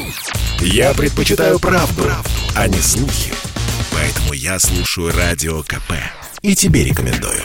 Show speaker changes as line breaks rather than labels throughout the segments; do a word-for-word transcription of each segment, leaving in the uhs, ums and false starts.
Я предпочитаю правду, правду, а не слухи. Поэтому я слушаю Радио КП. И тебе рекомендую.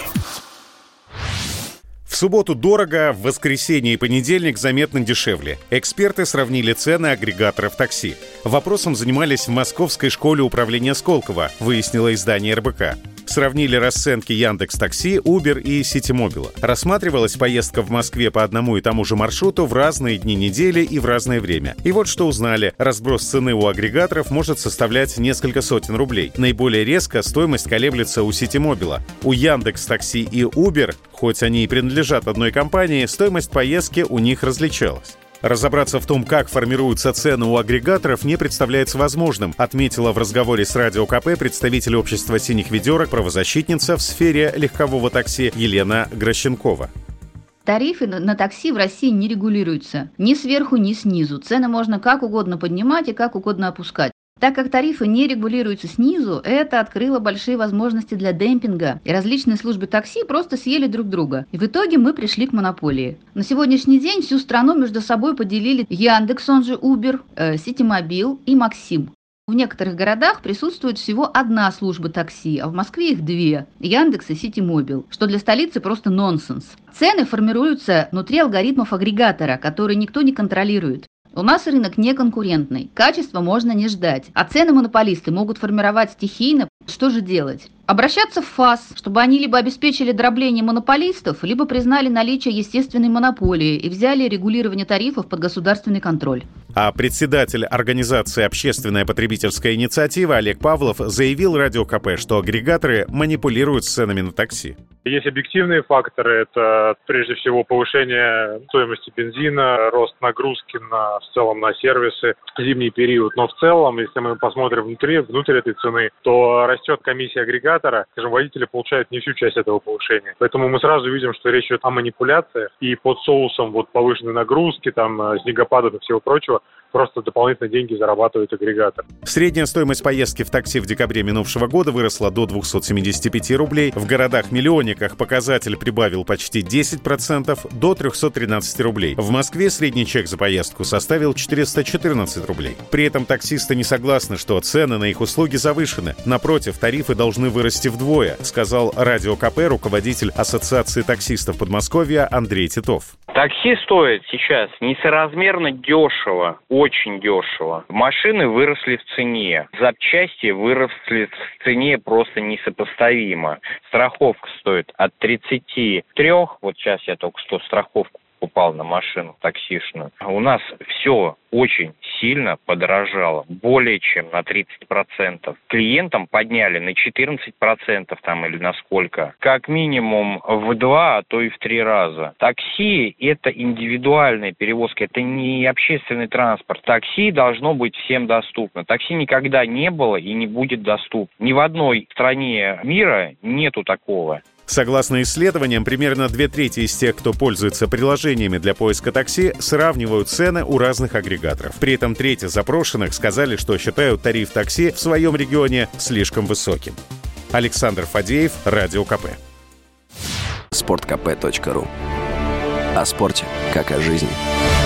В субботу дорого, в воскресенье и понедельник заметно дешевле. Эксперты сравнили цены агрегаторов такси. Вопросом занимались в Московской школе управления Сколково, выяснило издание эр бэ ка. Сравнили расценки Яндекс.Такси, Uber и Ситимобила. Рассматривалась поездка в Москве по одному и тому же маршруту в разные дни недели и в разное время. И вот что узнали. Разброс цены у агрегаторов может составлять несколько сотен рублей. Наиболее резко стоимость колеблется у Ситимобила. У Яндекс.Такси и Uber, хоть они и принадлежат одной компании, стоимость поездки у них различалась. Разобраться в том, как формируются цены у агрегаторов, не представляется возможным, отметила в разговоре с Радио КП представитель общества «Синих ведерок», правозащитница в сфере легкового такси Елена Грощенкова.
Тарифы на такси в России не регулируются ни сверху, ни снизу. Цены можно как угодно поднимать и как угодно опускать. Так как тарифы не регулируются снизу, это открыло большие возможности для демпинга, и различные службы такси просто съели друг друга. И в итоге мы пришли к монополии. На сегодняшний день всю страну между собой поделили Яндекс, он же Uber, э, Ситимобил и Максим. В некоторых городах присутствует всего одна служба такси, а в Москве их две – Яндекс и Ситимобил, что для столицы просто нонсенс. Цены формируются внутри алгоритмов агрегатора, которые никто не контролирует. У нас рынок неконкурентный, качества можно не ждать, а цены монополисты могут формировать стихийно. Что же делать? Обращаться в ФАС, чтобы они либо обеспечили дробление монополистов, либо признали наличие естественной монополии и взяли регулирование тарифов под государственный контроль.
А председатель организации «Общественная потребительская инициатива» Олег Павлов заявил Радио КП, что агрегаторы манипулируют ценами на такси.
Есть объективные факторы, это прежде всего повышение стоимости бензина, рост нагрузки на, в целом на сервисы, зимний период. Но в целом, если мы посмотрим внутри, внутрь этой цены, то растет комиссия агрегатора, скажем, водители получают не всю часть этого повышения. Поэтому мы сразу видим, что речь идет о манипуляциях, и под соусом вот повышенной нагрузки, там, снегопадов и всего прочего, просто дополнительные деньги зарабатывает агрегатор.
Средняя стоимость поездки в такси в декабре минувшего года выросла до двухсот семидесяти пяти рублей. В городах-миллионниках показатель прибавил почти десять процентов до трехсот тринадцати рублей. В Москве средний чек за поездку составил четыреста четырнадцать рублей. При этом таксисты не согласны, что цены на их услуги завышены. Напротив, тарифы должны вырасти вдвое, сказал Радио КП руководитель Ассоциации таксистов Подмосковья Андрей Титов.
Такси стоит сейчас несоразмерно дешево, очень дешево. Машины выросли в цене, запчасти выросли в цене просто несопоставимо. Страховка стоит от тридцати трёх, вот сейчас я только что страховку покупал на машину таксишную. У нас все очень сильно подорожало, более чем на тридцать процентов. Клиентам подняли на четырнадцать процентов там или на сколько. Как минимум в два, а то и в три раза. Такси – это индивидуальная перевозка, это не общественный транспорт. Такси должно быть всем доступно. Такси никогда не было и не будет доступно. Ни в одной стране мира нету такого.
Согласно исследованиям, примерно две трети из тех, кто пользуется приложениями для поиска такси, сравнивают цены у разных агрегаторов. При этом треть запрошенных сказали, что считают тариф такси в своем регионе слишком высоким. Александр Фадеев, Радио КП.
спорт кэ пэ точка ру. О спорте, как о жизни.